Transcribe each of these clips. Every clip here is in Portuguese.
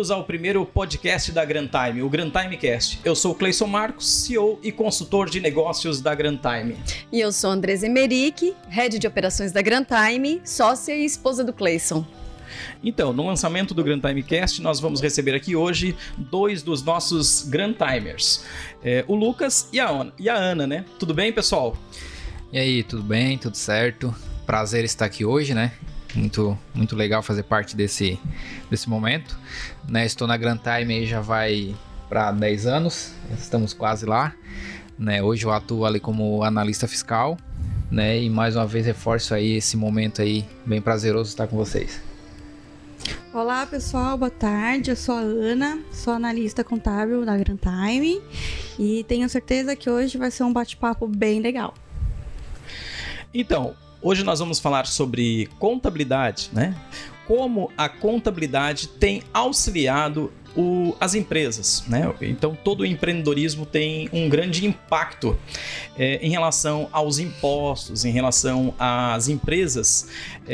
bem-vindos ao primeiro podcast da Grantime, o Grantime Cast. Eu sou o Cleison Marcos, CEO e consultor de negócios da Grantime. E eu sou Andresa Emerick, Head de Operações da Grantime, sócia e esposa do Cleison. Então, no lançamento do Grantime Cast, nós vamos receber aqui hoje dois dos nossos Grantimers, o Lucas e a Ana, né? Tudo bem, pessoal? E aí, tudo bem? Tudo certo? Prazer estar aqui hoje, né? Muito legal fazer parte desse momento, né? Estou na Grantime aí já vai para 10 anos, estamos quase lá, né? Hoje eu atuo ali como analista fiscal, né? E mais uma vez reforço aí esse momento aí, bem prazeroso estar com vocês. Olá pessoal, boa tarde, eu sou a Ana, sou analista contábil da Grantime e tenho certeza que hoje vai ser um bate-papo bem legal. Então, hoje nós vamos falar sobre contabilidade, né? Como a contabilidade tem auxiliado as empresas, né? Então, todo o empreendedorismo tem um grande impacto em relação aos impostos, em relação às empresas,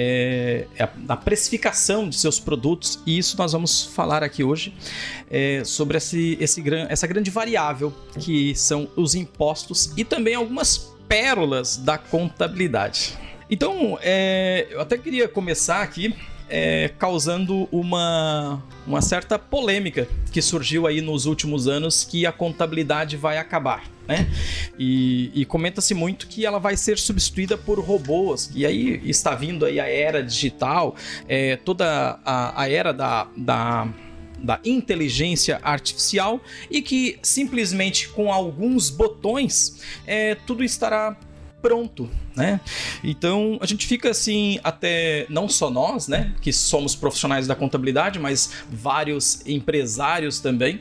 a precificação de seus produtos, e isso nós vamos falar aqui hoje sobre essa grande variável que são os impostos e também algumas pérolas da contabilidade. Então, eu até queria começar aqui causando uma certa polêmica que surgiu aí nos últimos anos, que a contabilidade vai acabar, né? E comenta-se muito que ela vai ser substituída por robôs, e aí está vindo aí a era digital, toda a era da inteligência artificial, e que simplesmente com alguns botões tudo estará pronto, né? Então a gente fica assim, até não só nós, né, que somos profissionais da contabilidade, mas vários empresários também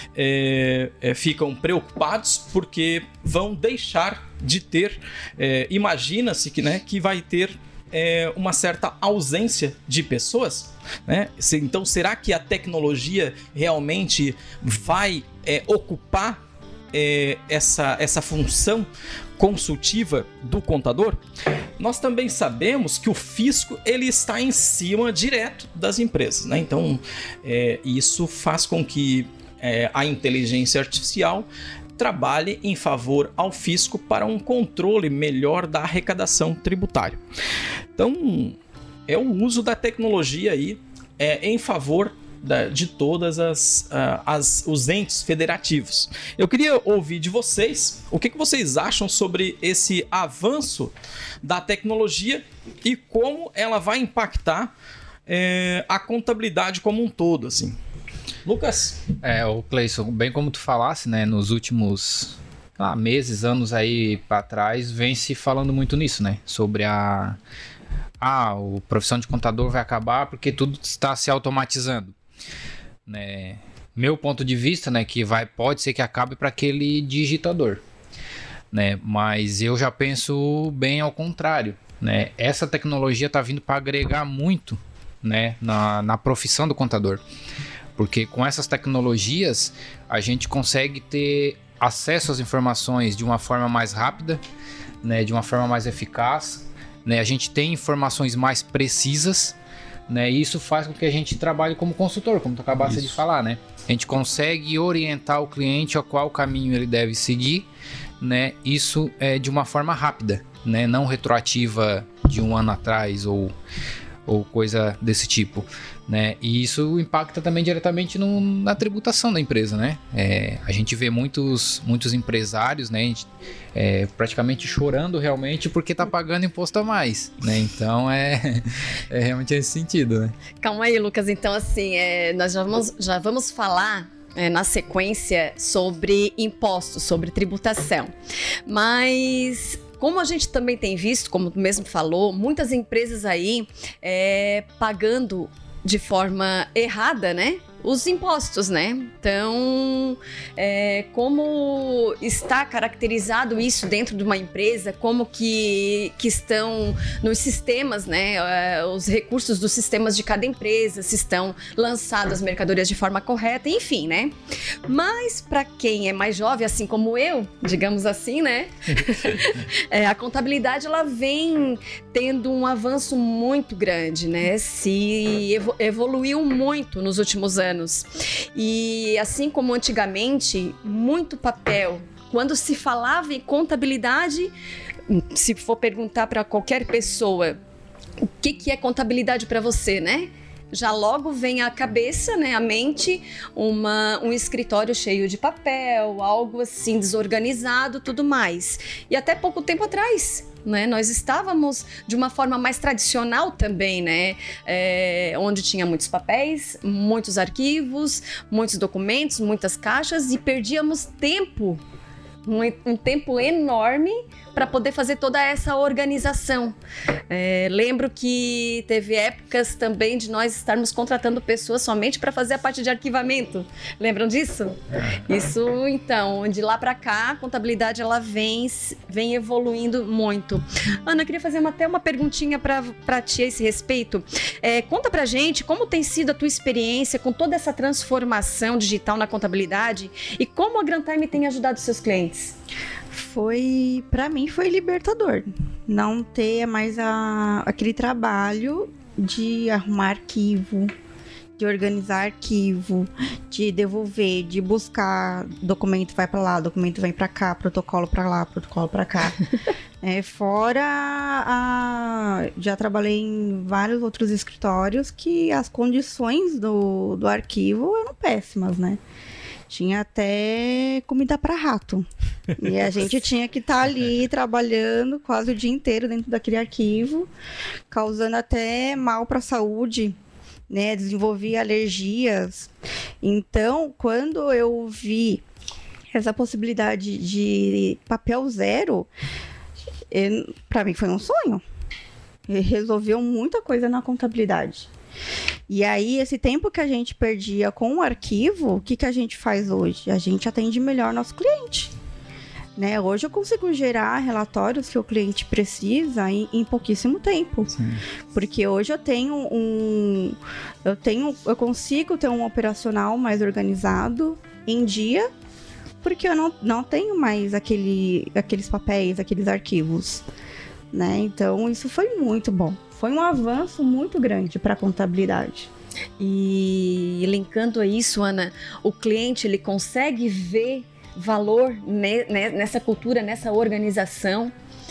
ficam preocupados porque vão deixar de ter, imagina-se que vai ter uma certa ausência de pessoas, né? Então será que a tecnologia realmente vai ocupar essa função consultiva do contador? Nós também sabemos que o fisco ele está em cima direto das empresas, né? Então isso faz com que a inteligência artificial trabalhe em favor ao fisco para um controle melhor da arrecadação tributária. Então é o uso da tecnologia aí em favor de todas os entes federativos. Eu queria ouvir de vocês o que vocês acham sobre esse avanço da tecnologia e como ela vai impactar a contabilidade como um todo, assim. Lucas? O Cleison, bem como tu falasse, né, nos últimos meses, anos aí para trás, vem se falando muito nisso, né, sobre a profissão de contador vai acabar porque tudo está se automatizando. Né? Meu ponto de vista, né, que pode ser que acabe para aquele digitador, né? Mas eu já penso bem ao contrário, né? Essa tecnologia está vindo para agregar muito, né, na profissão do contador, porque com essas tecnologias a gente consegue ter acesso às informações de uma forma mais rápida, né, de uma forma mais eficaz, né? A gente tem informações mais precisas, né? E isso faz com que a gente trabalhe como consultor, como tu acabaste de falar, né? A gente consegue orientar o cliente a qual caminho ele deve seguir, né? Isso de uma forma rápida, né? Não retroativa de um ano atrás ou coisa desse tipo, né? E isso impacta também diretamente na tributação da empresa, né? A gente vê muitos empresários, né? Praticamente chorando realmente porque tá pagando imposto a mais, né? Então é realmente esse sentido, né? Calma aí, Lucas. Então assim, nós já vamos falar na sequência sobre impostos, sobre tributação, mas como a gente também tem visto, como tu mesmo falou, muitas empresas aí pagando de forma errada, né, os impostos, né? Então, como está caracterizado isso dentro de uma empresa, como que estão nos sistemas, né? Os recursos dos sistemas de cada empresa, se estão lançadas as mercadorias de forma correta, enfim, né? Mas para quem é mais jovem, assim como eu, digamos assim, né? A contabilidade, ela vem tendo um avanço muito grande, né? Se evoluiu muito nos últimos anos. anos. E assim como antigamente, muito papel. Quando se falava em contabilidade, se for perguntar para qualquer pessoa o que é contabilidade para você, né? Já logo vem à cabeça, né, à mente, um escritório cheio de papel, algo assim desorganizado, tudo mais. E até pouco tempo atrás, né, nós estávamos de uma forma mais tradicional também, né, onde tinha muitos papéis, muitos arquivos, muitos documentos, muitas caixas e perdíamos tempo, um tempo enorme para poder fazer toda essa organização. Lembro que teve épocas também de nós estarmos contratando pessoas somente para fazer a parte de arquivamento. Lembram disso? Isso, então, de lá para cá, a contabilidade ela vem evoluindo muito. Ana, eu queria fazer até uma perguntinha para ti a esse respeito. Conta pra gente como tem sido a tua experiência com toda essa transformação digital na contabilidade e como a Grantime tem ajudado seus clientes. Para mim foi libertador não ter mais aquele trabalho de arrumar arquivo, de organizar arquivo, de devolver, de buscar documento vai para lá, documento vem para cá, protocolo para lá, protocolo para cá. Já trabalhei em vários outros escritórios que as condições do arquivo eram péssimas, né? Tinha até comida para rato. E a gente tinha que estar ali trabalhando quase o dia inteiro dentro daquele arquivo, causando até mal para a saúde, né? Desenvolvia alergias. Então, quando eu vi essa possibilidade de papel zero, para mim foi um sonho. Resolveu muita coisa na contabilidade. E aí, esse tempo que a gente perdia com o arquivo, o que a gente faz hoje? A gente atende melhor nosso cliente. Né? Hoje eu consigo gerar relatórios que o cliente precisa em pouquíssimo tempo. Sim. Porque hoje eu consigo ter um operacional mais organizado em dia, porque eu não tenho mais aqueles papéis, aqueles arquivos. Né? Então, isso foi muito bom. Foi um avanço muito grande para a contabilidade. E linkando a isso, Ana, o cliente ele consegue ver valor nessa cultura, nessa organização,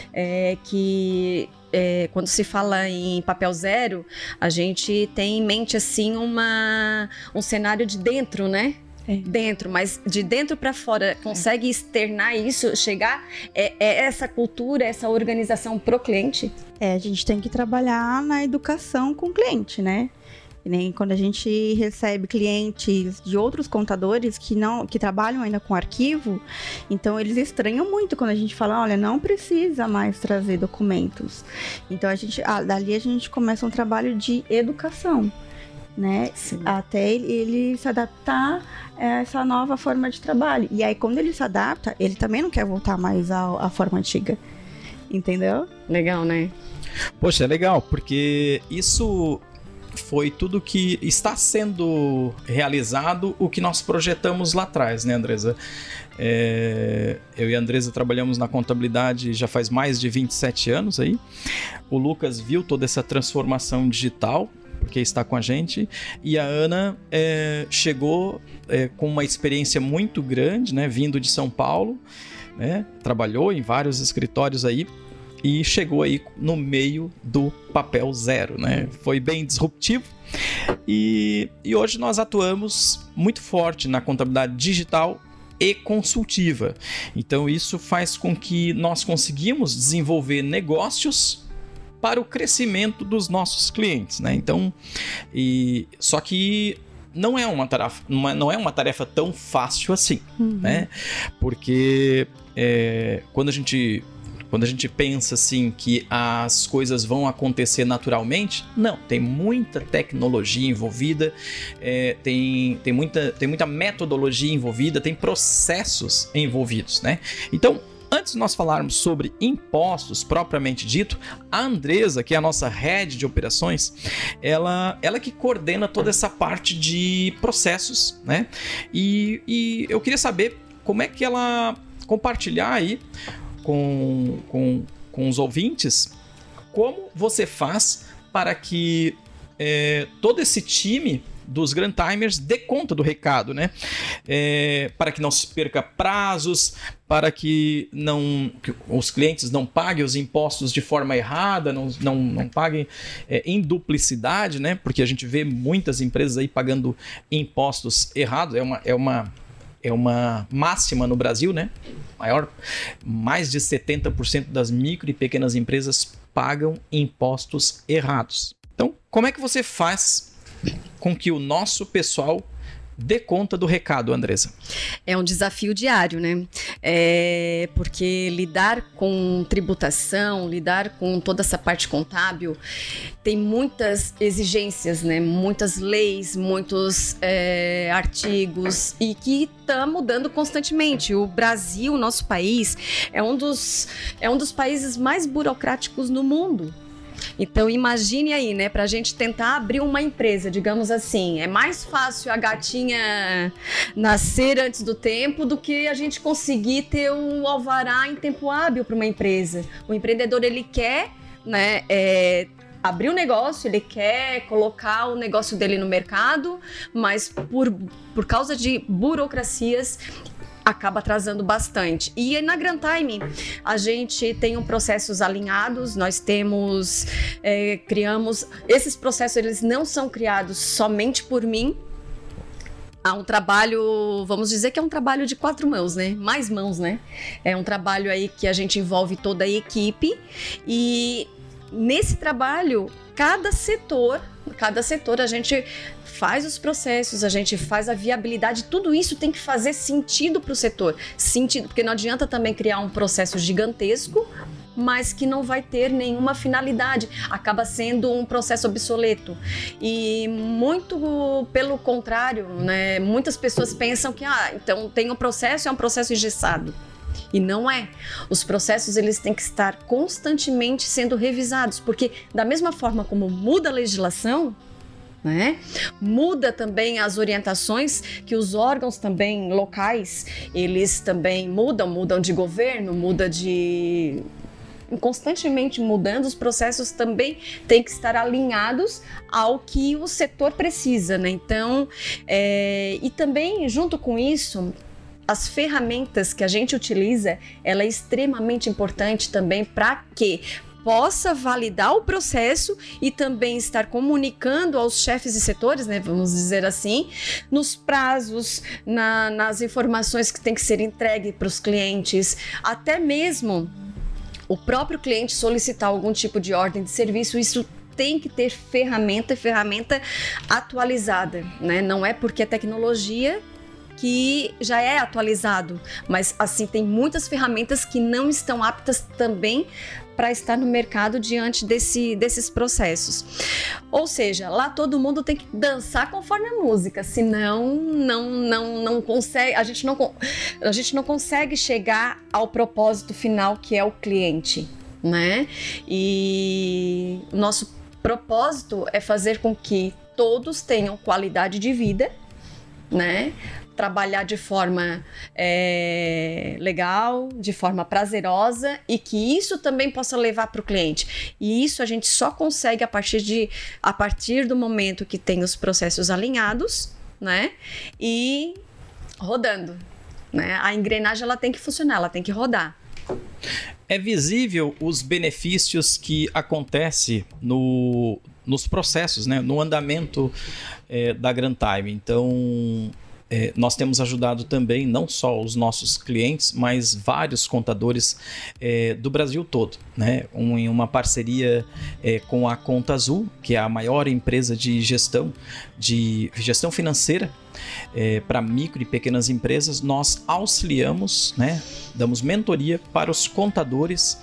quando se fala em papel zero, a gente tem em mente assim um cenário de dentro, né? Dentro, mas de dentro para fora, consegue externar isso, chegar essa cultura, essa organização pro cliente? A gente tem que trabalhar na educação com o cliente, né? E nem quando a gente recebe clientes de outros contadores que trabalham ainda com arquivo, então eles estranham muito quando a gente fala, olha, não precisa mais trazer documentos. Então dali a gente começa um trabalho de educação, né? Sim. Até ele se adaptar a essa nova forma de trabalho. E aí quando ele se adapta, ele também não quer voltar mais à forma antiga. Entendeu? Legal, né? Poxa, é legal, porque isso foi tudo que está sendo realizado, o que nós projetamos lá atrás, né, Andresa? Eu e a Andresa trabalhamos na contabilidade já faz mais de 27 anos aí. O Lucas viu toda essa transformação digital, porque está com a gente, e a Ana chegou com uma experiência muito grande, né, vindo de São Paulo, né, trabalhou em vários escritórios aí, e chegou aí no meio do papel zero, né? Foi bem disruptivo. E hoje nós atuamos muito forte na contabilidade digital e consultiva. Então isso faz com que nós conseguimos desenvolver negócios para o crescimento dos nossos clientes, né? Então, só que não é uma tarefa tão fácil assim, né? Porque quando a gente pensa assim que as coisas vão acontecer naturalmente, não, tem muita tecnologia envolvida, tem muita metodologia envolvida, tem processos envolvidos, né? Então, antes de nós falarmos sobre impostos propriamente dito, a Andresa, que é a nossa head de operações, ela que coordena toda essa parte de processos, né? E eu queria saber como é que ela compartilhar aí com os ouvintes, como você faz para que todo esse time dos Grand Timers dê conta do recado, né? Para que não se perca prazos, para que os clientes não paguem os impostos de forma errada, não paguem em duplicidade, né? Porque a gente vê muitas empresas aí pagando impostos errados. É uma máxima no Brasil, né? Mais de 70% das micro e pequenas empresas pagam impostos errados. Então, como é que você faz com que o nosso pessoal dê conta do recado, Andressa? É um desafio diário, né? Porque lidar com tributação, lidar com toda essa parte contábil, tem muitas exigências, né? Muitas leis, muitos artigos, e que está mudando constantemente. O Brasil, nosso país, é um dos países mais burocráticos no mundo. Então imagine aí, né, pra gente tentar abrir uma empresa, digamos assim, é mais fácil a gatinha nascer antes do tempo do que a gente conseguir ter o alvará em tempo hábil para uma empresa. O empreendedor, ele quer, né, abrir um negócio, ele quer colocar o negócio dele no mercado, mas por causa de burocracias acaba atrasando bastante. E na Grand Time a gente tem processos alinhados, nós criamos, esses processos, eles não são criados somente por mim. Há um trabalho, vamos dizer que é um trabalho de 4 mãos, né? Mais mãos, né? É um trabalho aí que a gente envolve toda a equipe, e nesse trabalho, cada setor a gente faz os processos, a gente faz a viabilidade, tudo isso tem que fazer sentido para o setor. Sentido, porque não adianta também criar um processo gigantesco, mas que não vai ter nenhuma finalidade, acaba sendo um processo obsoleto. E muito pelo contrário, né? Muitas pessoas pensam que, então tem um processo, é um processo engessado. E não é. Os processos, eles têm que estar constantemente sendo revisados, porque da mesma forma como muda a legislação, né? Muda também as orientações que os órgãos também locais, eles também mudam de governo, constantemente mudando, os processos também têm que estar alinhados ao que o setor precisa, né? Então, e também junto com isso, as ferramentas que a gente utiliza, ela é extremamente importante também para que possa validar o processo e também estar comunicando aos chefes de setores, né, vamos dizer assim, nos prazos, nas informações que tem que ser entregue para os clientes, até mesmo o próprio cliente solicitar algum tipo de ordem de serviço, isso tem que ter ferramenta atualizada, né? Não é porque é tecnologia que já é atualizado, mas assim, tem muitas ferramentas que não estão aptas também para estar no mercado diante desses processos. Ou seja, lá todo mundo tem que dançar conforme a música, senão não consegue, a gente não consegue chegar ao propósito final, que é o cliente, né? E o nosso propósito é fazer com que todos tenham qualidade de vida, né? Trabalhar de forma legal, de forma prazerosa, e que isso também possa levar para o cliente. E isso a gente só consegue a partir do momento que tem os processos alinhados, né? E rodando, né? A engrenagem, ela tem que funcionar, ela tem que rodar. É visível os benefícios que acontecem nos processos, né? No andamento da Grand Time. Então, nós temos ajudado também não só os nossos clientes, mas vários contadores do Brasil todo, né? Em uma parceria com a Conta Azul, que é a maior empresa de gestão financeira para micro e pequenas empresas. Nós auxiliamos, né? Damos mentoria para os contadores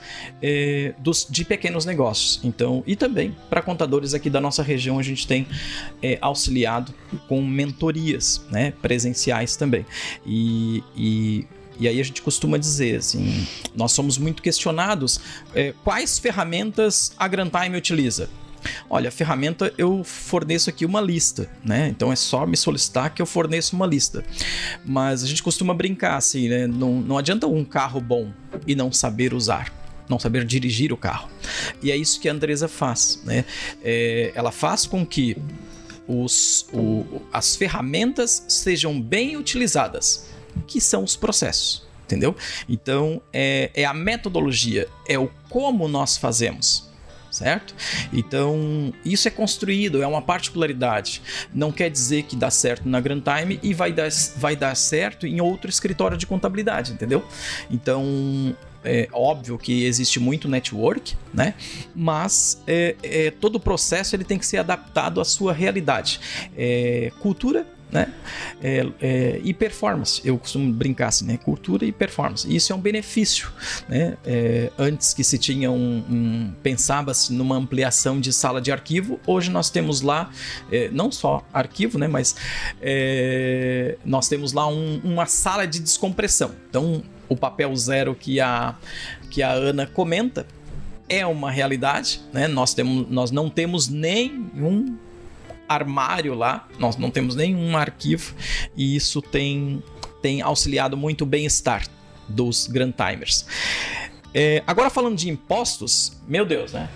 de pequenos negócios. Então, e também para contadores aqui da nossa região, a gente tem auxiliado com mentorias, né? Presenciais também. E aí a gente costuma dizer assim, nós somos muito questionados, quais ferramentas a Grand Time utiliza? Olha, a ferramenta, eu forneço aqui uma lista, né? Então é só me solicitar que eu forneço uma lista. Mas a gente costuma brincar assim, né? Não adianta um carro bom e não saber usar, não saber dirigir o carro. E é isso que a Andressa faz, né? Ela faz com que as ferramentas sejam bem utilizadas, que são os processos, entendeu? Então, é a metodologia, é o como nós fazemos, certo? Então, isso é construído, é uma particularidade. Não quer dizer que dá certo na Grantime e vai dar certo em outro escritório de contabilidade, entendeu? Então, é óbvio que existe muito network, né? Mas todo o processo ele tem que ser adaptado à sua realidade. Cultura, né? E performance. Eu costumo brincar assim, né? Cultura e performance. Isso é um benefício, né? Antes que se tinha pensava-se numa ampliação de sala de arquivo, hoje nós temos lá não só arquivo, né? Mas nós temos lá uma sala de descompressão. Então, o papel zero que a Ana comenta é uma realidade, né? Nós não temos nenhum armário lá, nós não temos nenhum arquivo, e isso tem auxiliado muito o bem-estar dos Grantimers. Agora falando de impostos, meu Deus, né?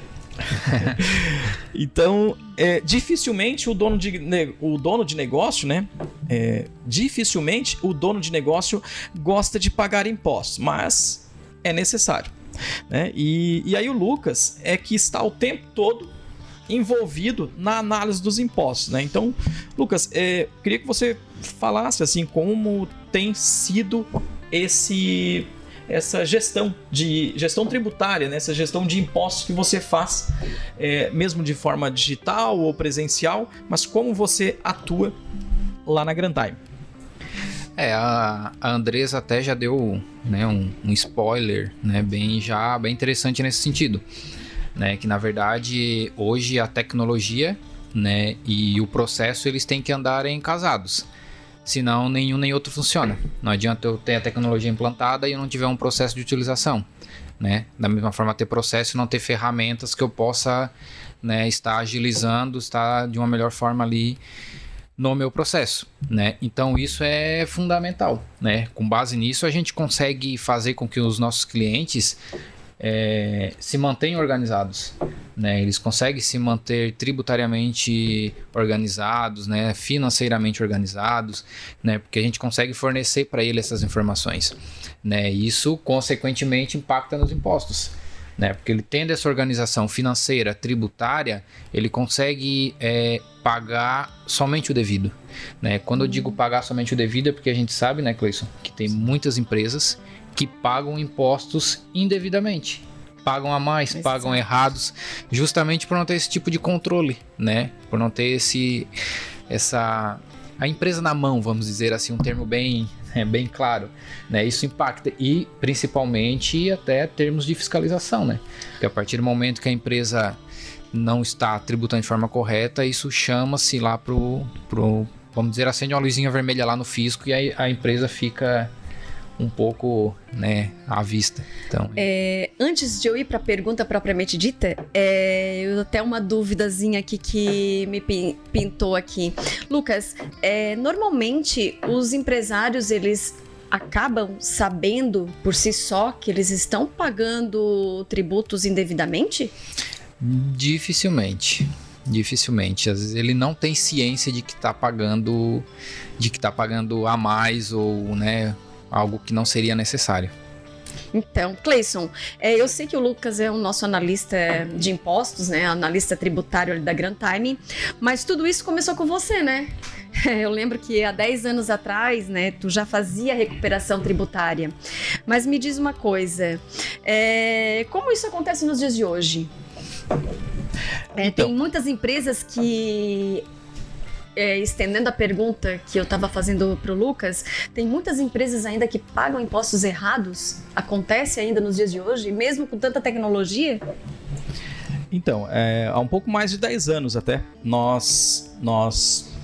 Então, dificilmente o dono de negócio, né? Dificilmente o dono de negócio gosta de pagar impostos, mas é necessário, né? E aí o Lucas que está o tempo todo envolvido na análise dos impostos, né? Então, Lucas, queria que você falasse assim como tem sido essa gestão tributária, né? Essa gestão de impostos que você faz, mesmo de forma digital ou presencial, mas como você atua lá na Grantime. A Andresa até já deu, né, um spoiler, né, bem interessante nesse sentido, né, que na verdade hoje a tecnologia, né, e o processo eles têm que andarem casados. Senão nenhum nem outro funciona. Não adianta eu ter a tecnologia implantada e eu não tiver um processo de utilização, né? Da mesma forma, ter processo e não ter ferramentas que eu possa, né, estar agilizando, estar de uma melhor forma ali no meu processo, né? Então isso é fundamental, né? Com base nisso a gente consegue fazer com que os nossos clientes se mantenham organizados, né? Eles conseguem se manter tributariamente organizados, né? Financeiramente organizados, né? Porque a gente consegue fornecer para ele essas informações, né? E isso consequentemente impacta nos impostos, né? Porque ele tendo essa organização financeira, tributária, ele consegue pagar somente o devido, né? Quando eu digo pagar somente o devido é porque a gente sabe, né, Cleison, que tem muitas empresas que pagam impostos indevidamente, pagam a mais, pagam errados, justamente por não ter esse tipo de controle, né? Por não ter a empresa na mão, vamos dizer assim, um termo bem claro, né? Isso impacta, e principalmente até termos de fiscalização, né? Porque a partir do momento que a empresa não está tributando de forma correta, isso chama-se lá vamos dizer, acende uma luzinha vermelha lá no fisco e a empresa fica um pouco, né, à vista. Então, antes de eu ir para a pergunta propriamente dita, eu até uma duvidazinha aqui que me pintou aqui. Lucas, normalmente os empresários, eles acabam sabendo por si só que eles estão pagando tributos indevidamente? Dificilmente. Às vezes ele não tem ciência de que está pagando a mais ou, né, algo que não seria necessário. Então, Cleison, eu sei que o Lucas é o nosso analista de impostos, né? Analista tributário da Grantime, mas tudo isso começou com você, né? Eu lembro que há 10 anos atrás, né, tu já fazia recuperação tributária. Mas me diz uma coisa, como isso acontece nos dias de hoje? Tem muitas empresas que... estendendo a pergunta que eu estava fazendo para o Lucas, tem muitas empresas ainda que pagam impostos errados? Acontece ainda nos dias de hoje, mesmo com tanta tecnologia? Então, há um pouco mais de 10 anos até, nós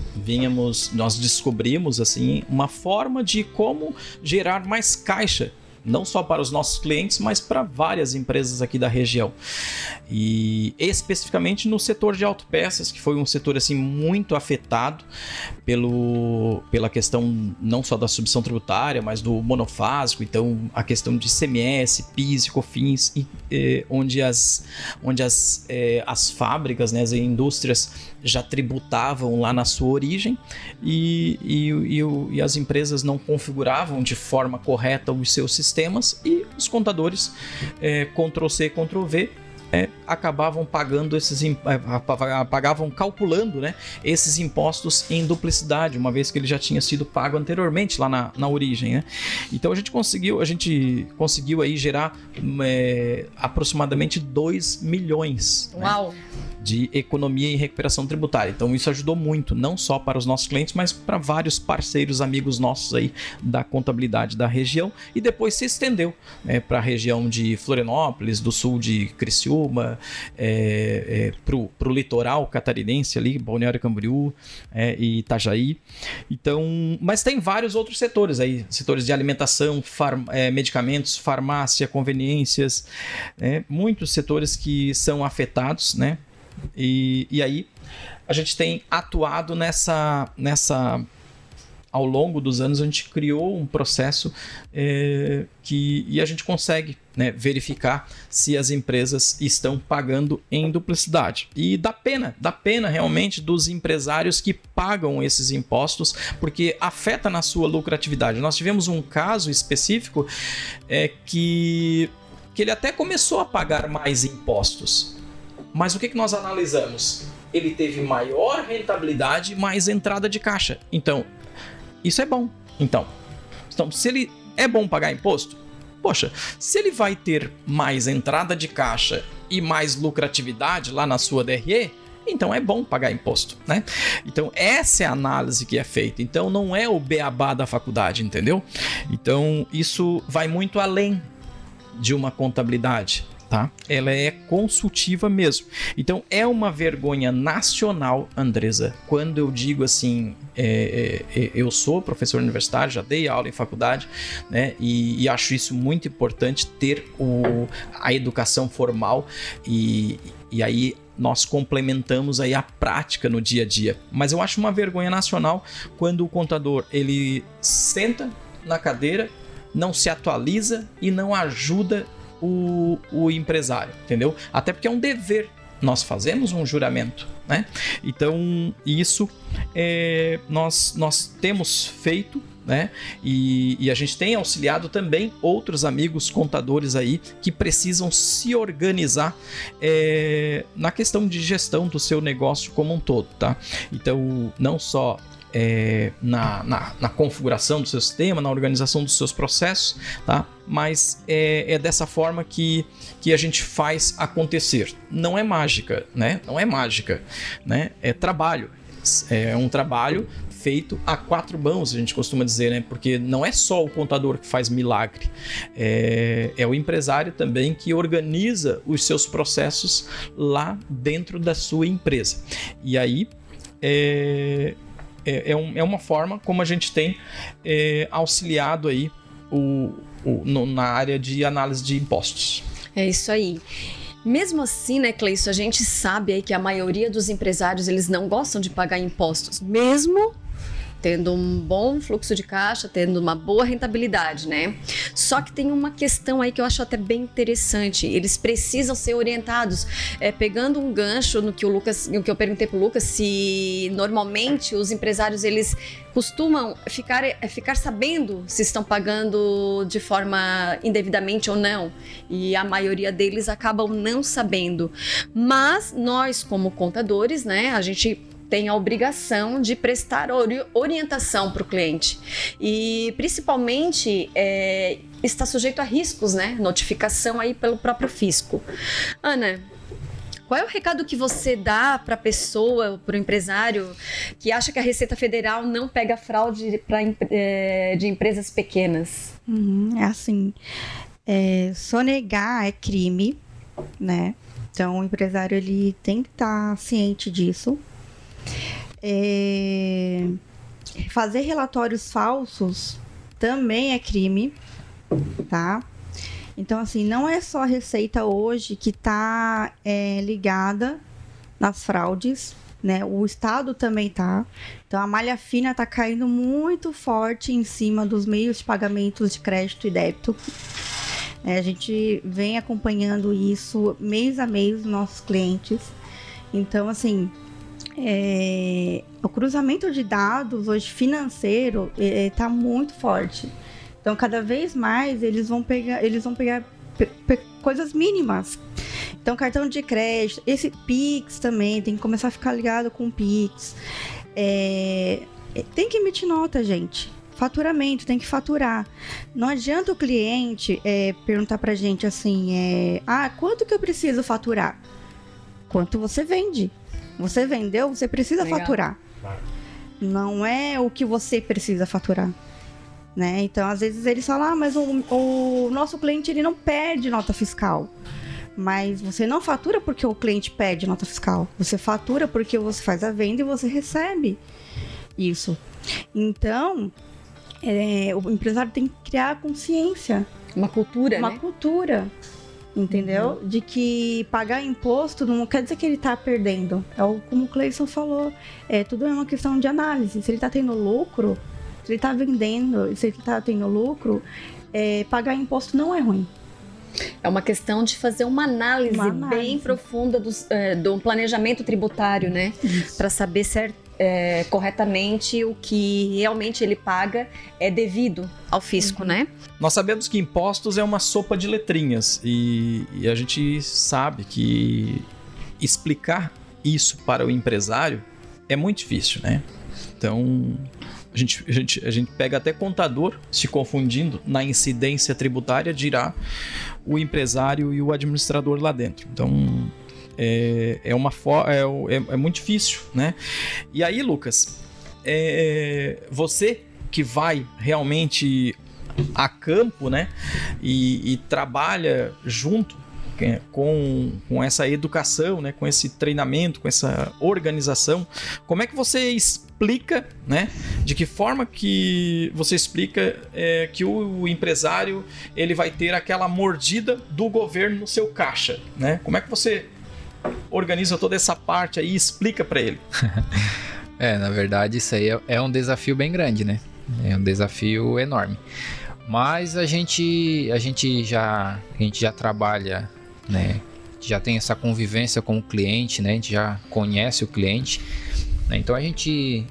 descobrimos assim, uma forma de como gerar mais caixa não só para os nossos clientes, mas para várias empresas aqui da região. E especificamente no setor de autopeças, que foi um setor assim muito afetado pela questão não só da subvenção tributária, mas do monofásico, então a questão de ICMS, PIS e COFINS, onde as fábricas, né, as indústrias já tributavam lá na sua origem e as empresas não configuravam de forma correta os seus sistemas e os contadores, Ctrl+C, Ctrl+V, acabavam calculando, né, esses impostos em duplicidade, uma vez que ele já tinha sido pago anteriormente lá na origem, né? Então a gente conseguiu aí gerar aproximadamente 2 milhões, Uau! Né, de economia e recuperação tributária. Então isso ajudou muito, não só para os nossos clientes, mas para vários parceiros, amigos nossos aí da contabilidade da região, e depois se estendeu, né, para a região de Florianópolis, do sul de Criciúma, para o litoral catarinense ali, Balneário Camboriú, e Itajaí. Então, mas tem vários outros setores aí, setores de alimentação, medicamentos, farmácia, conveniências, muitos setores que são afetados, né? E aí a gente tem atuado nessa ao longo dos anos. A gente criou um processo e a gente consegue, né, verificar se as empresas estão pagando em duplicidade. E dá pena realmente dos empresários que pagam esses impostos, porque afeta na sua lucratividade. Nós tivemos um caso específico que ele até começou a pagar mais impostos. Mas o que nós analisamos? Ele teve maior rentabilidade e mais entrada de caixa. Então, isso é bom. Então, se ele é bom pagar imposto, poxa, se ele vai ter mais entrada de caixa e mais lucratividade lá na sua DRE, então é bom pagar imposto, né? Então, essa é a análise que é feita. Então, não é o beabá da faculdade, entendeu? Então, isso vai muito além de uma contabilidade. Tá? Ela é consultiva mesmo. Então é uma vergonha nacional, Andresa, quando eu digo assim, eu sou professor universitário, já dei aula em faculdade, né? E acho isso muito importante, ter a educação formal e aí nós complementamos aí a prática no dia a dia. Mas eu acho uma vergonha nacional quando o contador ele senta na cadeira, não se atualiza e não ajuda o empresário, entendeu? Até porque é um dever, nós fazemos um juramento, né? Então isso nós temos feito, né? E a gente tem auxiliado também outros amigos contadores aí que precisam se organizar na questão de gestão do seu negócio como um todo, tá? Então não só na configuração do seu sistema, na organização dos seus processos, tá? Mas é dessa forma que a gente faz acontecer. Não é mágica, né? Não é mágica, né? É trabalho. É um trabalho feito a 4 mãos, a gente costuma dizer, né? Porque não é só o contador que faz milagre, é o empresário também que organiza os seus processos lá dentro da sua empresa. E aí é uma forma como a gente tem auxiliado aí na área de análise de impostos. É isso aí. Mesmo assim, né, Cleison, a gente sabe aí que a maioria dos empresários, eles não gostam de pagar impostos, mesmo tendo um bom fluxo de caixa, tendo uma boa rentabilidade, né? Só que tem uma questão aí que eu acho até bem interessante. Eles precisam ser orientados, pegando um gancho no que eu perguntei pro Lucas, se normalmente os empresários eles costumam ficar sabendo se estão pagando de forma indevidamente ou não, e a maioria deles acabam não sabendo. Mas nós, como contadores, né, a gente tem a obrigação de prestar orientação para o cliente e principalmente está sujeito a riscos, né? Notificação aí pelo próprio fisco. Ana, qual é o recado que você dá para a pessoa, para o empresário que acha que a Receita Federal não pega fraude de empresas pequenas? É assim, sonegar é crime, né? Então o empresário ele tem que estar ciente disso. Fazer relatórios falsos também é crime, tá? Então, assim, não é só a Receita hoje que está ligada nas fraudes, né? O Estado também tá. Então, a malha fina está caindo muito forte em cima dos meios de pagamentos de crédito e débito. A gente vem acompanhando isso mês a mês dos nossos clientes. Então, assim, o cruzamento de dados hoje financeiro está muito forte. Então, cada vez mais eles vão pegar coisas mínimas. Então, cartão de crédito, esse Pix também, tem que começar a ficar ligado com o Pix. Tem que emitir nota, gente. Faturamento, tem que faturar. Não adianta o cliente perguntar pra gente assim, quanto que eu preciso faturar? Quanto você vende? Você vendeu, você precisa faturar. Não é o que você precisa faturar. Né? Então, às vezes eles falam, mas o nosso cliente ele não pede nota fiscal. Mas você não fatura porque o cliente pede nota fiscal. Você fatura porque você faz a venda e você recebe isso. Então, o empresário tem que criar consciência. Uma cultura, Uma cultura, entendeu? De que pagar imposto não quer dizer que ele está perdendo. Como o Cleison falou, tudo é uma questão de análise. Se ele está tendo lucro, se ele está vendendo, se ele está tendo lucro, pagar imposto não é ruim. É uma questão de fazer uma análise bem profunda do planejamento tributário, né? Para saber corretamente o que realmente ele paga é devido ao fisco, né? Nós sabemos que impostos é uma sopa de letrinhas e a gente sabe que explicar isso para o empresário é muito difícil, né? Então, a gente pega até contador se confundindo na incidência tributária, dirá o empresário e o administrador lá dentro. Então, é muito difícil, né? E aí, Lucas, você que vai realmente a campo, né? E trabalha junto com essa educação, né, com esse treinamento, com essa organização, como é que você explica, né, de que forma que você explica que o empresário ele vai ter aquela mordida do governo no seu caixa, né? Como é que você organiza toda essa parte aí e explica para ele? Na verdade isso aí é um desafio bem grande, né? É um desafio enorme. Mas a gente já trabalha, né? Já tem essa convivência com o cliente, né? A gente já conhece o cliente, né? Então a gente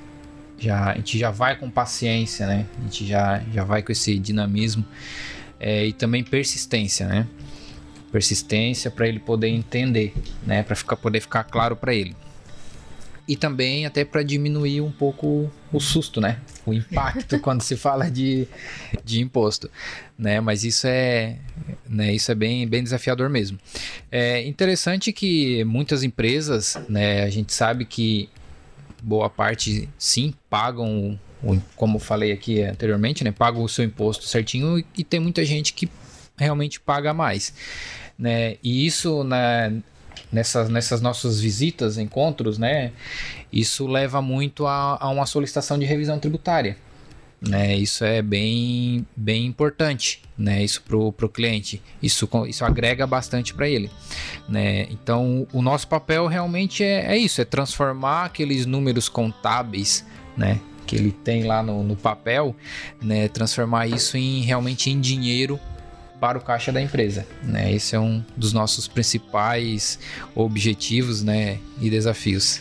já vai com paciência, né? A gente já vai com esse dinamismo e também persistência, né? Persistência para ele poder entender, né? Para poder ficar claro para ele. E também até para diminuir um pouco o susto, né? O impacto quando se fala de imposto, né? Mas isso é bem desafiador mesmo. É interessante que muitas empresas, né? A gente sabe que boa parte sim pagam, como eu falei aqui anteriormente, né? Pagam o seu imposto certinho e tem muita gente que realmente paga mais, né? E isso, né? Nessas nossas visitas, encontros, né? Isso leva muito a uma solicitação de revisão tributária, né? Isso é bem importante, né? Isso pro cliente, isso agrega bastante para ele, né? Então, o nosso papel realmente é isso, é transformar aqueles números contábeis, né? Que ele tem lá no papel, né? Transformar isso realmente em dinheiro para o caixa da empresa, né? Esse é um dos nossos principais objetivos, né, e desafios.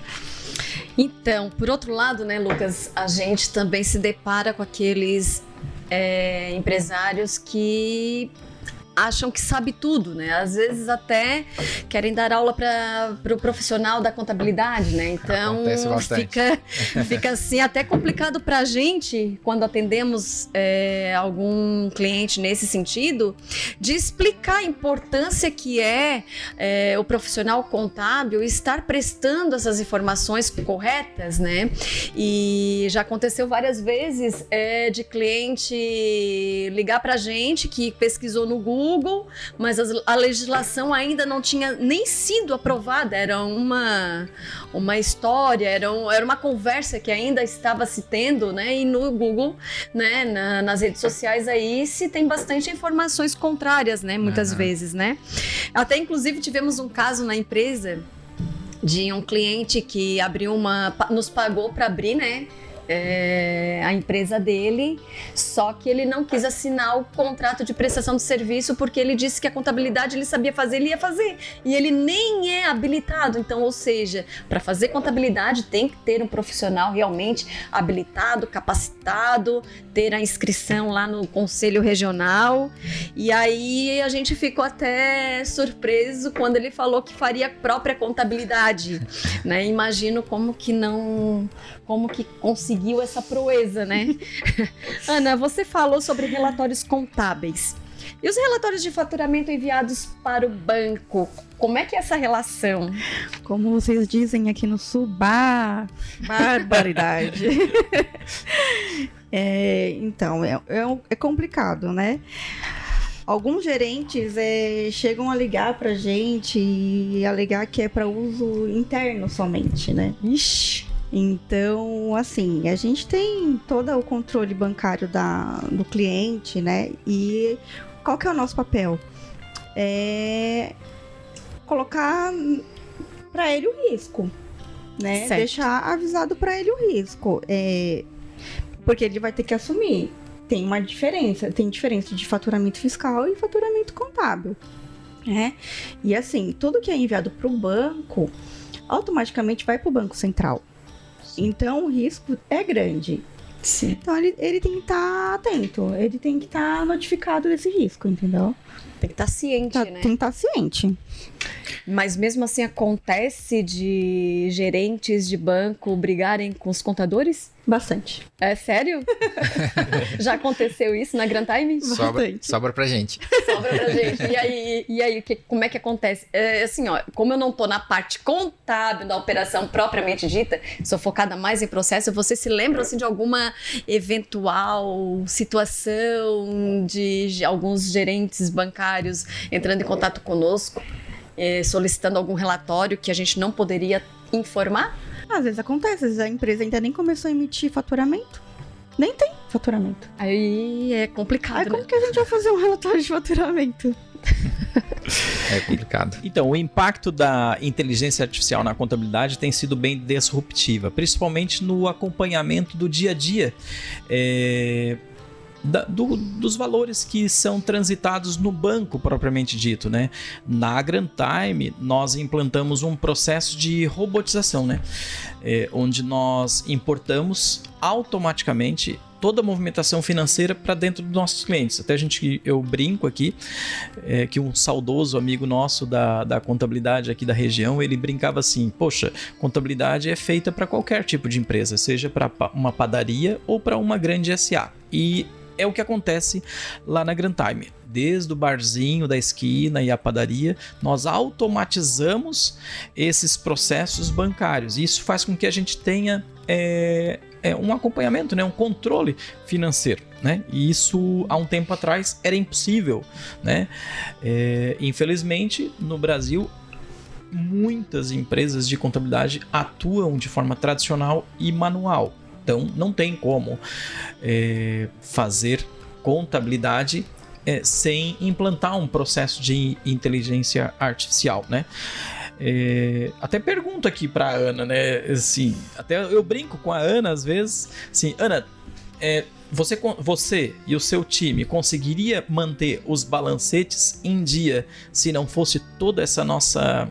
Então, por outro lado, né, Lucas, a gente também se depara com aqueles empresários que acham que sabe tudo, né? Às vezes até querem dar aula para o profissional da contabilidade, né? Então fica assim até complicado para a gente quando atendemos algum cliente nesse sentido de explicar a importância que o profissional contábil estar prestando essas informações corretas, né? E já aconteceu várias vezes de cliente ligar para a gente que pesquisou no Google Google, mas a legislação ainda não tinha nem sido aprovada, era uma história, era uma conversa que ainda estava se tendo, né? E no Google, né, nas redes sociais aí se tem bastante informações contrárias, né? Muitas vezes, né? Até inclusive tivemos um caso na empresa de um cliente que nos pagou para abrir, né? A empresa dele, só que ele não quis assinar o contrato de prestação de serviço porque ele disse que a contabilidade ele sabia fazer, ele ia fazer, e ele nem é habilitado. Então, ou seja, para fazer contabilidade tem que ter um profissional realmente habilitado, capacitado, ter a inscrição lá no Conselho Regional. E aí a gente ficou até surpreso quando ele falou que faria a própria contabilidade, né? Imagino como que conseguiu essa proeza, né? Ana, você falou sobre relatórios contábeis. E os relatórios de faturamento enviados para o banco? Como é que é essa relação? Como vocês dizem aqui no Sul, barbaridade. Então, é complicado, né? Alguns gerentes chegam a ligar pra gente e alegar que é para uso interno somente, né? Ixi! Então, assim, a gente tem todo o controle bancário do cliente, né? E qual que é o nosso papel? Colocar para ele o risco, né? Certo. Deixar avisado para ele o risco. Porque ele vai ter que assumir. Tem diferença de faturamento fiscal e faturamento contábil, né? E assim, tudo que é enviado para o banco, automaticamente vai para o Banco Central. Então, o risco é grande. Sim. Então, ele tem que estar atento. Ele tem que estar notificado desse risco, entendeu? Tem que estar ciente, né? Tem que estar ciente. Mas mesmo assim acontece de gerentes de banco brigarem com os contadores? Bastante. É sério? Já aconteceu isso na Grand Time? Sobra pra gente. Sobra pra gente. E aí como é que acontece? Assim, ó, como eu não tô na parte contábil da operação propriamente dita, sou focada mais em processo, você se lembra assim, de alguma eventual situação de alguns gerentes bancários entrando em contato conosco, solicitando algum relatório que a gente não poderia informar? Às vezes acontece, às vezes a empresa ainda nem começou a emitir faturamento. Nem tem faturamento. Aí é complicado, Aí como que a gente vai fazer um relatório de faturamento? É complicado. Então, o impacto da inteligência artificial na contabilidade tem sido bem disruptiva, principalmente no acompanhamento do dia a dia dos valores que são transitados no banco propriamente dito, né? Na Grand Time, nós implantamos um processo de robotização, né? Onde nós importamos automaticamente toda a movimentação financeira para dentro dos nossos clientes. Até eu brinco aqui, que um saudoso amigo nosso da contabilidade aqui da região, ele brincava assim, poxa, contabilidade é feita para qualquer tipo de empresa, seja para uma padaria ou para uma grande SA. E é o que acontece lá na Grand Time. Desde o barzinho da esquina e a padaria, nós automatizamos esses processos bancários. E isso faz com que a gente tenha um acompanhamento, né? Um controle financeiro, né? E isso, há um tempo atrás, era impossível, né? Infelizmente, no Brasil, muitas empresas de contabilidade atuam de forma tradicional e manual. Então, não tem como fazer contabilidade sem implantar um processo de inteligência artificial, né? Até pergunto aqui para a Ana, né? Assim, até eu brinco com a Ana às vezes. Assim, Ana, você e o seu time conseguiria manter os balancetes em dia se não fosse toda essa nossa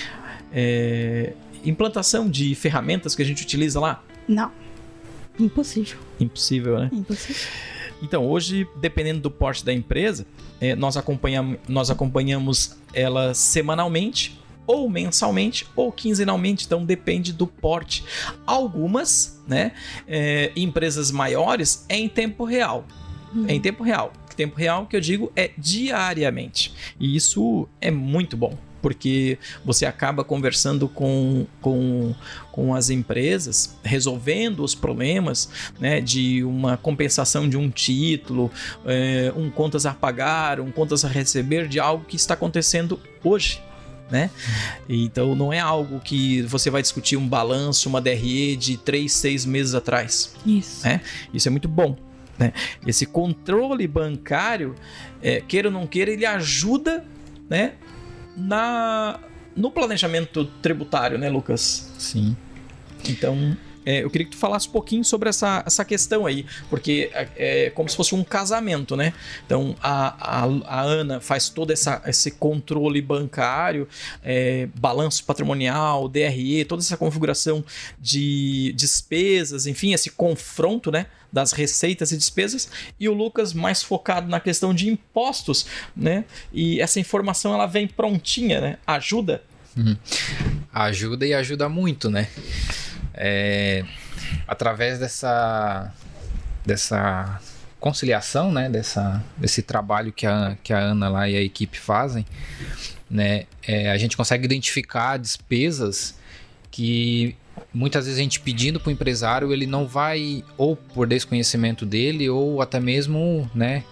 implantação de ferramentas que a gente utiliza lá? Não. Impossível. Impossível, né? Impossível. Então, hoje, dependendo do porte da empresa, nós acompanhamos ela semanalmente, ou mensalmente, ou quinzenalmente. Então, depende do porte. Algumas, né, empresas maiores, é em tempo real. É em tempo real. Tempo real que eu digo é diariamente. E isso é muito bom. porque você acaba conversando com as empresas, resolvendo os problemas, né, de uma compensação de um título, um contas a pagar, um contas a receber, de algo que está acontecendo hoje. Né? Então não é algo que você vai discutir um balanço, uma DRE de 3, 6 meses atrás. Isso. Né? Isso é muito bom. Né? Esse controle bancário, queira ou não queira, ele ajuda, né, no planejamento tributário, né, Lucas? Sim. Então, eu queria que tu falasse um pouquinho sobre essa questão aí, porque é como se fosse um casamento, né? Então, a Ana faz todo esse controle bancário, balanço patrimonial, DRE, toda essa configuração de despesas, enfim, esse confronto, né, das receitas e despesas, e o Lucas mais focado na questão de impostos, né? E essa informação, ela vem prontinha, né? Ajuda? Ajuda e ajuda muito, né? Através dessa conciliação, né, desse trabalho que a Ana lá e a equipe fazem, né, a gente consegue identificar despesas que muitas vezes a gente pedindo para o empresário, ele não vai, ou por desconhecimento dele, ou até mesmo, né,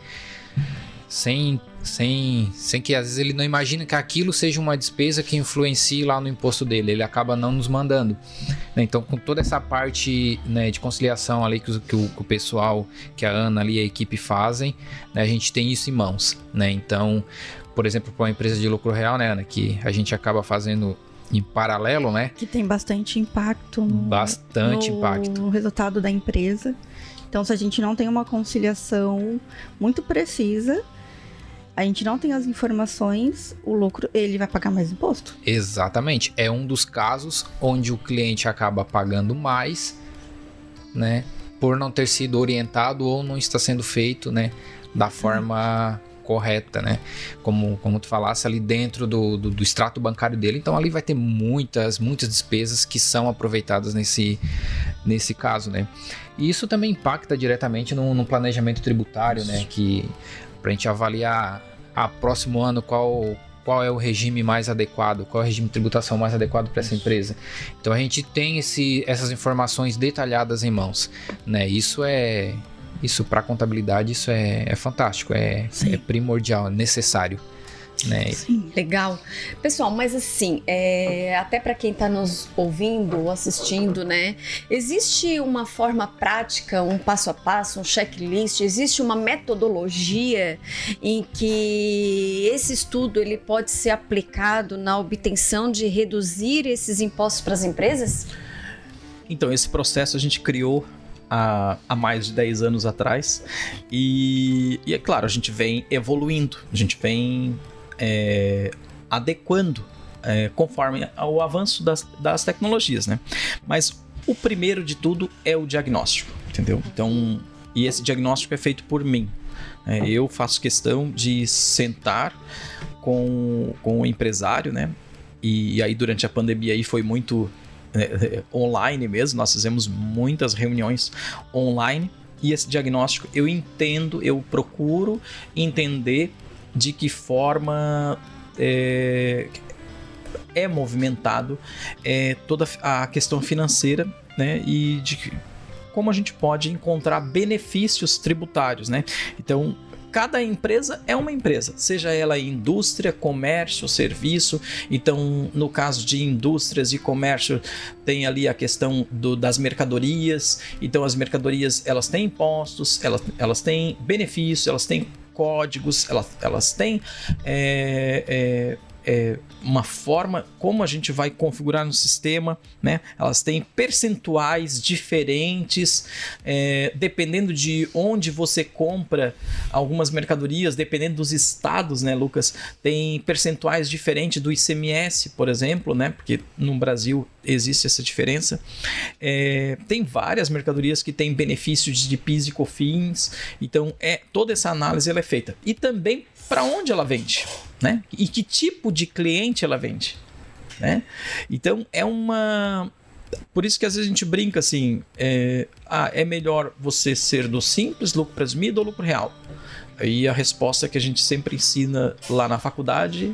sem que às vezes ele não imagina que aquilo seja uma despesa que influencie lá no imposto dele, ele acaba não nos mandando. Então, com toda essa parte, né, de conciliação ali que o pessoal, que a Ana ali e a equipe fazem, né, a gente tem isso em mãos, né? Então, por exemplo, para uma empresa de lucro real, né, Ana, que a gente acaba fazendo em paralelo, né? Que tem bastante impacto no resultado da empresa. Então, se a gente não tem uma conciliação muito precisa, a gente não tem as informações, o lucro, ele vai pagar mais imposto. Exatamente. É um dos casos onde o cliente acaba pagando mais, né, por não ter sido orientado ou não está sendo feito, né, da forma correta, né? Como tu falasse, ali dentro do extrato bancário dele. Então, ali vai ter muitas despesas que são aproveitadas nesse caso, né? E isso também impacta diretamente no planejamento tributário, né? Que para a gente avaliar próximo ano qual é o regime mais adequado, qual é o regime de tributação mais adequado para essa empresa. Então a gente tem essas informações detalhadas em mãos, né? Isso para a contabilidade, isso é fantástico, é primordial, é necessário. Né? Sim, legal. Pessoal, mas assim, até para quem está nos ouvindo ou assistindo, né? Existe uma forma prática, um passo a passo, um checklist, existe uma metodologia em que esse estudo ele pode ser aplicado na obtenção de reduzir esses impostos para as empresas? Então, esse processo a gente criou há mais de 10 anos atrás e é claro, a gente vem evoluindo, a gente vem adequando conforme o avanço das tecnologias, né? Mas o primeiro de tudo é o diagnóstico, entendeu? Então, e esse diagnóstico é feito por mim. Eu faço questão de sentar com o empresário, né? E aí durante a pandemia aí foi muito online mesmo, nós fizemos muitas reuniões online e esse diagnóstico eu procuro entender de que forma é movimentado toda a questão financeira, né? E de como a gente pode encontrar benefícios tributários, né? Então, cada empresa é uma empresa, seja ela indústria, comércio, serviço. Então, no caso de indústrias e comércio, tem ali a questão das mercadorias. Então, as mercadorias, elas têm impostos, elas têm benefícios, elas têm códigos, elas têm uma forma como a gente vai configurar no sistema, né? Elas têm percentuais diferentes, dependendo de onde você compra algumas mercadorias, dependendo dos estados, né, Lucas? Tem percentuais diferentes do ICMS, por exemplo, né? Porque no Brasil existe essa diferença. Tem várias mercadorias que têm benefícios de PIS e COFINS, então toda essa análise ela é feita. E também para onde ela vende, né? E que tipo de cliente ela vende, né? Então por isso que às vezes a gente brinca assim, é melhor você ser do simples, lucro presumido ou lucro real? Aí a resposta que a gente sempre ensina lá na faculdade,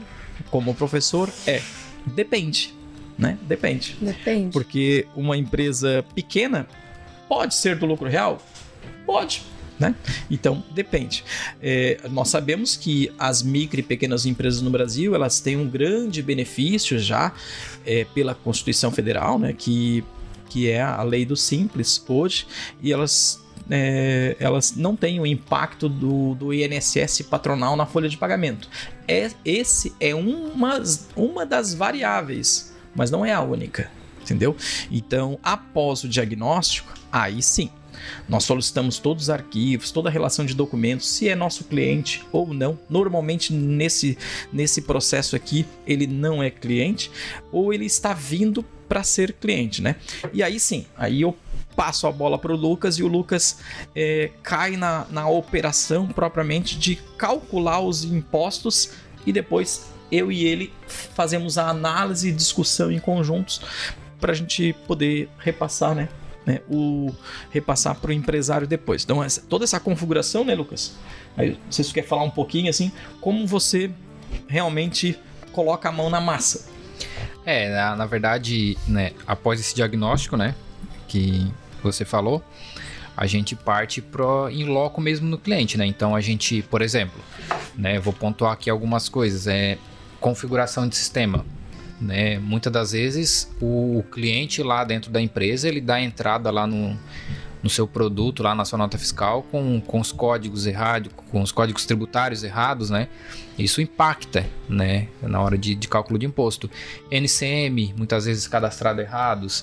como professor depende, né? Depende. Depende. Porque uma empresa pequena pode ser do lucro real? Pode, né? Então, depende. Nós sabemos que as micro e pequenas empresas no Brasil, elas têm um grande benefício já pela Constituição Federal, né? Que é a lei do Simples hoje, e elas não têm o impacto do INSS patronal na folha de pagamento. Esse é uma das variáveis, mas não é a única, entendeu? Então, após o diagnóstico, aí sim, nós solicitamos todos os arquivos, toda a relação de documentos, se é nosso cliente ou não. Normalmente, nesse processo aqui, ele não é cliente, ou ele está vindo para ser cliente, né? E aí sim, aí eu passo a bola para o Lucas, e o Lucas cai na operação propriamente de calcular os impostos, e depois eu e ele fazemos a análise e discussão em conjuntos para a gente poder repassar, né? Repassar para o empresário depois. Então, toda essa configuração, né, Lucas? Aí, não sei se você quer falar um pouquinho, assim, como você realmente coloca a mão na massa. Na verdade, né, após esse diagnóstico, né, que você falou, a gente parte em loco mesmo no cliente, né? Então, a gente, por exemplo, né, vou pontuar aqui algumas coisas, configuração de sistema. Né? Muitas das vezes o cliente lá dentro da empresa, ele dá entrada lá no seu produto, lá na sua nota fiscal, com os códigos errados, com os códigos tributários errados, né? Isso impacta, né, na hora de cálculo de imposto. NCM, muitas vezes cadastrado errados,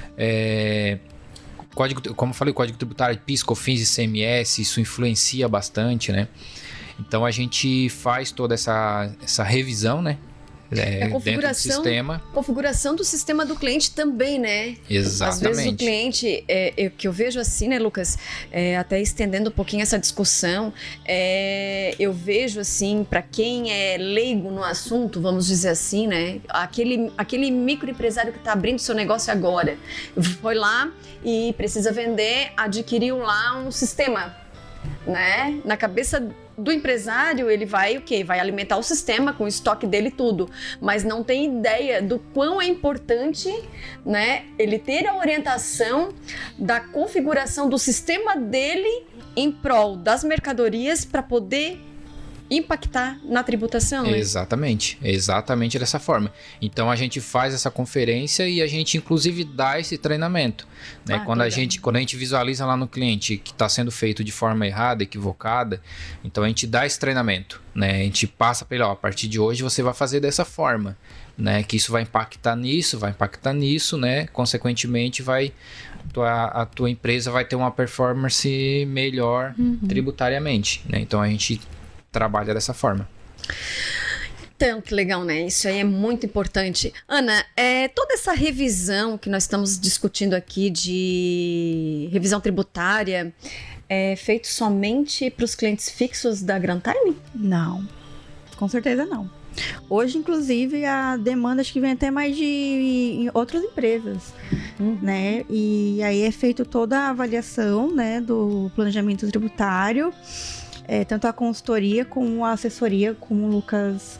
como eu falei, código tributário de PIS, COFINS e CMS, isso influencia bastante, né? Então a gente faz toda essa revisão, né? Dentro do sistema. Configuração do sistema do cliente também, né? Exatamente. Às vezes o cliente, que eu vejo assim, né, Lucas? Até estendendo um pouquinho essa discussão, eu vejo assim, para quem é leigo no assunto, vamos dizer assim, né? Aquele microempresário que está abrindo seu negócio agora, foi lá e precisa vender, adquiriu lá um sistema, né? Na cabeça do empresário, ele vai o quê? Vai alimentar o sistema com o estoque dele e tudo, mas não tem ideia do quão é importante, né, ele ter a orientação da configuração do sistema dele em prol das mercadorias para poder impactar na tributação. Né? Exatamente dessa forma. Então a gente faz essa conferência e a gente inclusive dá esse treinamento, né? Quando a gente visualiza lá no cliente que está sendo feito de forma errada, equivocada, então a gente dá esse treinamento, né? A gente passa para ele, a partir de hoje você vai fazer dessa forma, né? Que isso vai impactar nisso, né? Consequentemente a tua empresa vai ter uma performance melhor tributariamente, né? Então a gente trabalha dessa forma. Então, que legal, né? Isso aí é muito importante. Ana, toda essa revisão que nós estamos discutindo aqui de revisão tributária é feito somente para os clientes fixos da Grand Time? Não, com certeza não. Hoje, inclusive, a demanda acho que vem até mais de outras empresas, né? E aí é feito toda a avaliação, né, do planejamento tributário, tanto a consultoria como a assessoria, como o Lucas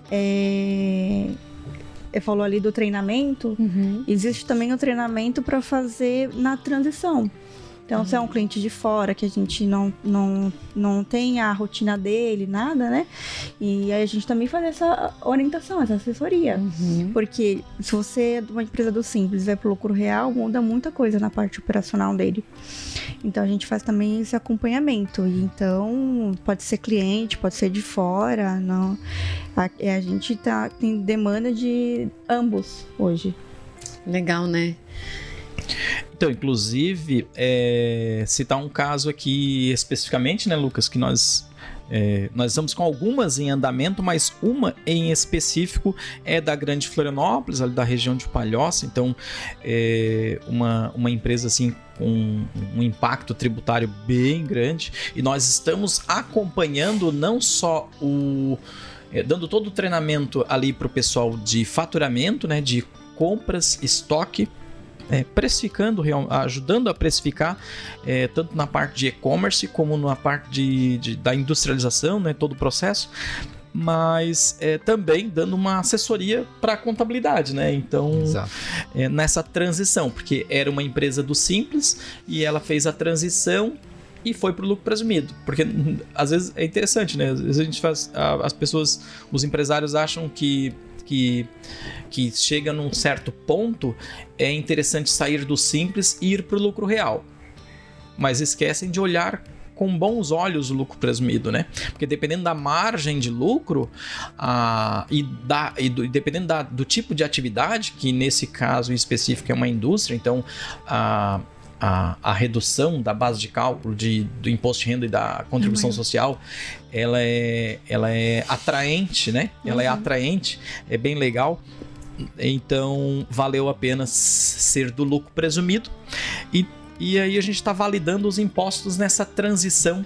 falou ali do treinamento. Existe também o treinamento para fazer na transição. Então, se é um cliente de fora, que a gente não tem a rotina dele, nada, né? E aí a gente também faz essa orientação, essa assessoria. Porque se você é de uma empresa do Simples e vai pro lucro real, muda muita coisa na parte operacional dele. Então, a gente faz também esse acompanhamento. E então, pode ser cliente, pode ser de fora. Não. A gente tem demanda de ambos hoje. Legal, né? Então, inclusive, citar um caso aqui especificamente, né, Lucas, que nós estamos com algumas em andamento, mas uma em específico é da Grande Florianópolis, ali da região de Palhoça. Então, uma empresa assim com um impacto tributário bem grande, e nós estamos acompanhando não só dando todo o treinamento ali para o pessoal de faturamento, né, de compras, estoque, precificando, ajudando a precificar, tanto na parte de e-commerce como na parte da industrialização, né, todo o processo. mas também dando uma assessoria para a contabilidade, né? Então, nessa transição, porque era uma empresa do Simples e ela fez a transição e foi para o lucro presumido. Porque às vezes é interessante, né? Às vezes a gente faz, as pessoas, os empresários acham que chega num certo ponto, é interessante sair do Simples e ir para o lucro real. Mas esquecem de olhar com bons olhos o lucro presumido, né? Porque dependendo da margem de lucro dependendo do tipo de atividade, que nesse caso em específico é uma indústria, então a redução da base de cálculo do imposto de renda e da contribuição social, ela é atraente, né? Ela é atraente, é bem legal. Então, valeu a pena ser do lucro presumido. E aí a gente está validando os impostos nessa transição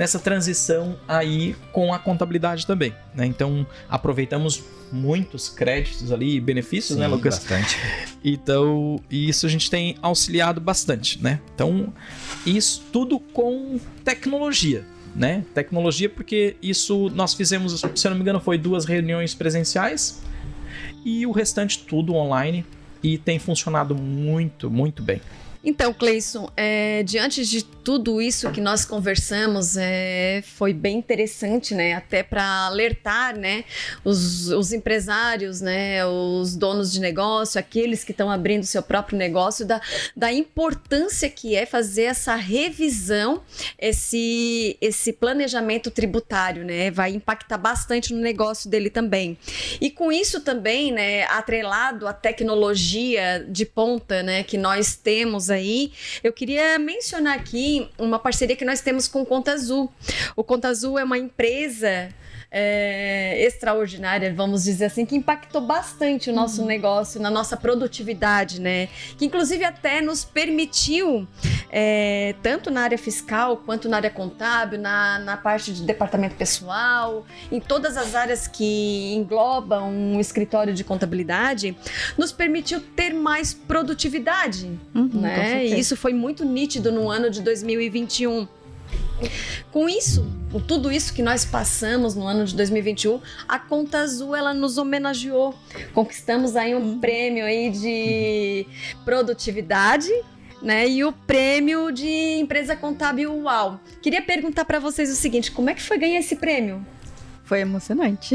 aí com a contabilidade também, né? Então, aproveitamos muitos créditos ali, benefícios, né, Lucas? Bastante. Então, isso a gente tem auxiliado bastante, né? Então, isso tudo com tecnologia, né? Tecnologia, porque isso nós fizemos, se eu não me engano, foi 2 reuniões presenciais e o restante tudo online, e tem funcionado muito, muito bem. Então, Cleison, diante de tudo isso que nós conversamos, foi bem interessante, né? Até para alertar, né, os empresários, né, os donos de negócio, aqueles que estão abrindo seu próprio negócio, da importância que é fazer essa revisão, esse planejamento tributário, né? Vai impactar bastante no negócio dele também. E com isso também, né, atrelado à tecnologia de ponta, né, que nós temos aí, eu queria mencionar aqui uma parceria que nós temos com o Conta Azul. O Conta Azul é uma empresa extraordinária, vamos dizer assim, que impactou bastante o nosso negócio, na nossa produtividade, né? Que inclusive até nos permitiu, tanto na área fiscal quanto na área contábil, na parte de departamento pessoal, em todas as áreas que englobam um escritório de contabilidade, nos permitiu ter mais produtividade, né? E isso foi muito nítido no ano de 2021. Com isso, com tudo isso que nós passamos no ano de 2021, a Conta Azul, ela nos homenageou. Conquistamos aí um prêmio aí de produtividade, né? E o prêmio de empresa contábil UAU. Queria perguntar para vocês o seguinte, como é que foi ganhar esse prêmio? Foi emocionante.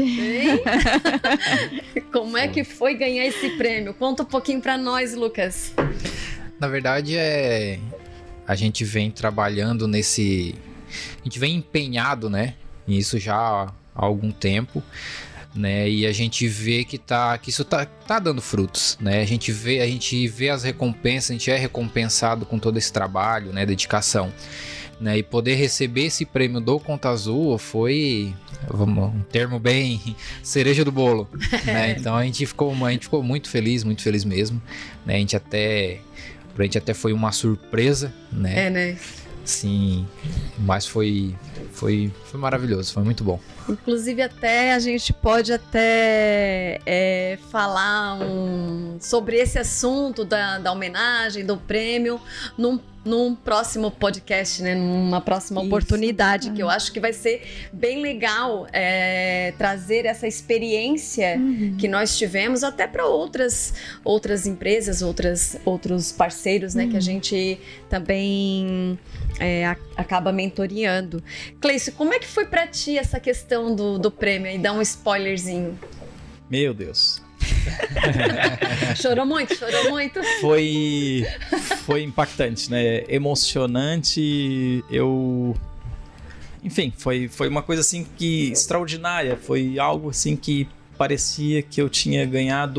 Como é que foi ganhar esse prêmio? Conta um pouquinho para nós, Lucas. Na verdade, a gente vem trabalhando a gente vem empenhado, né, nisso já há algum tempo, né, e a gente vê que isso tá dando frutos, né, a gente vê as recompensas, a gente é recompensado com todo esse trabalho, né, dedicação, né, e poder receber esse prêmio do Conta Azul foi, um termo bem cereja do bolo, né, então a gente ficou muito feliz mesmo, né, pra gente até foi uma surpresa, né? Né? Sim, mas foi maravilhoso, foi muito bom. Inclusive até a gente pode até falar sobre esse assunto da homenagem, do prêmio, num próximo podcast, né? Numa próxima oportunidade, que eu acho que vai ser bem legal trazer essa experiência que nós tivemos até para outras empresas, outros parceiros, né? Que a gente também acaba mentoreando. Cleison, como é que foi para ti essa questão do prêmio? E dá um spoilerzinho. Meu Deus. Chorou muito? Foi impactante, né? Emocionante. Enfim, foi uma coisa assim que extraordinária. Foi algo assim que parecia que eu tinha ganhado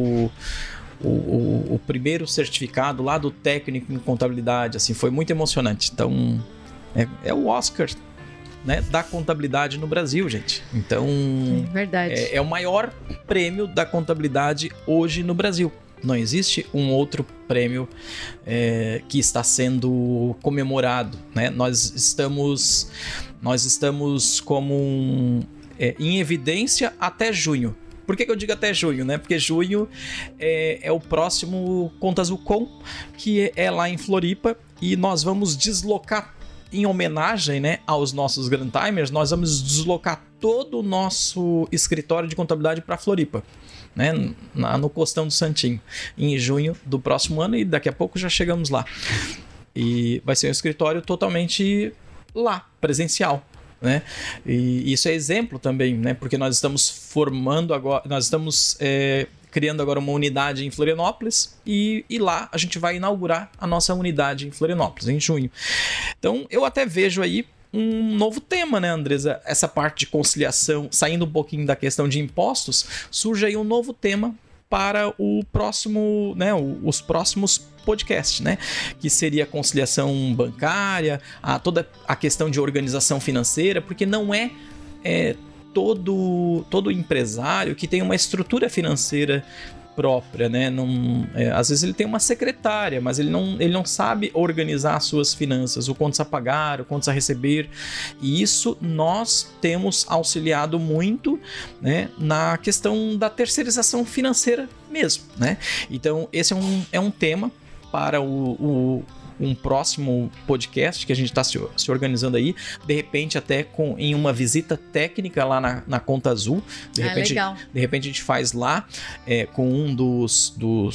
o primeiro certificado lá do técnico em contabilidade. Assim, foi muito emocionante. Então, é o Oscar, né, da contabilidade no Brasil, gente. Então, verdade. É o maior prêmio da contabilidade hoje no Brasil. Não existe um outro prêmio que está sendo comemorado, né? Nós estamos como em evidência até junho. Por que eu digo até junho, né? Porque junho é o próximo Conta Azul Com, que é lá em Floripa, e nós vamos deslocar em homenagem, né, aos nossos Grand Timers, nós vamos deslocar todo o nosso escritório de contabilidade para Floripa, né, no Costão do Santinho, em junho do próximo ano, e daqui a pouco já chegamos lá. E vai ser um escritório totalmente lá, presencial, né? E isso é exemplo também, né, porque nós estamos formando agora, nós estamos criando agora uma unidade em Florianópolis, e lá a gente vai inaugurar a nossa unidade em Florianópolis, em junho. Então eu até vejo aí um novo tema, né, Andresa? Essa parte de conciliação, saindo um pouquinho da questão de impostos, surge aí um novo tema para o próximo, né, os próximos podcasts, né, que seria a conciliação bancária, toda a questão de organização financeira, porque não é todo empresário que tem uma estrutura financeira própria, né? Às vezes ele tem uma secretária, mas ele não sabe organizar as suas finanças, o quanto a pagar, o quanto a receber, e isso nós temos auxiliado muito, né, na questão da terceirização financeira mesmo, né? Então esse é um tema para um próximo podcast que a gente está se organizando aí, de repente até em uma visita técnica lá na Conta Azul, legal. De repente a gente faz lá com um dos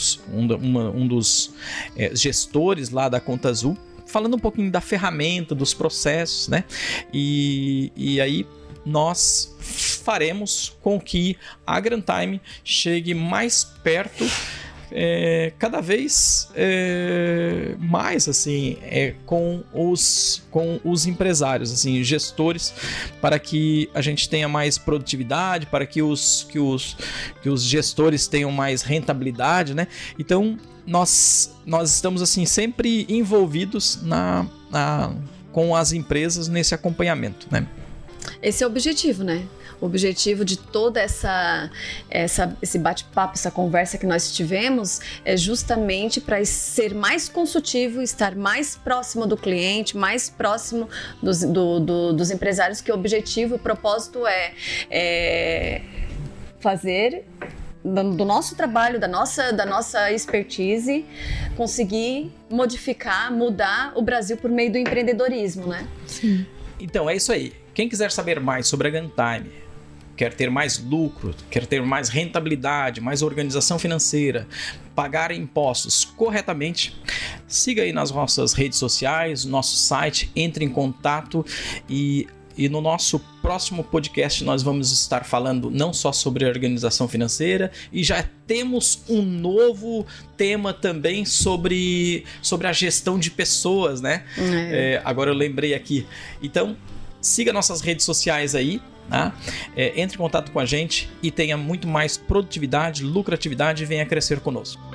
gestores lá da Conta Azul, falando um pouquinho da ferramenta, dos processos, né? E aí nós faremos com que a Grand Time chegue mais perto, cada vez mais, assim, com os empresários, assim, gestores, para que a gente tenha mais produtividade, para que os gestores tenham mais rentabilidade, né? Então nós estamos, assim, sempre envolvidos com as empresas nesse acompanhamento, né? Esse é o objetivo, né? O objetivo de toda esse bate-papo, essa conversa que nós tivemos, é justamente para ser mais consultivo, estar mais próximo do cliente, mais próximo dos empresários, que o objetivo, o propósito é fazer do nosso trabalho, da nossa expertise, conseguir mudar o Brasil por meio do empreendedorismo, né? Sim. Então é isso aí. Quem quiser saber mais sobre a Grand Time, quer ter mais lucro, quer ter mais rentabilidade, mais organização financeira, pagar impostos corretamente, siga aí nas nossas redes sociais, nosso site, entre em contato, e no nosso próximo podcast nós vamos estar falando não só sobre a organização financeira, e já temos um novo tema também sobre a gestão de pessoas, né? Agora eu lembrei aqui. Então, siga nossas redes sociais aí, tá? Entre em contato com a gente e tenha muito mais produtividade, lucratividade, e venha crescer conosco.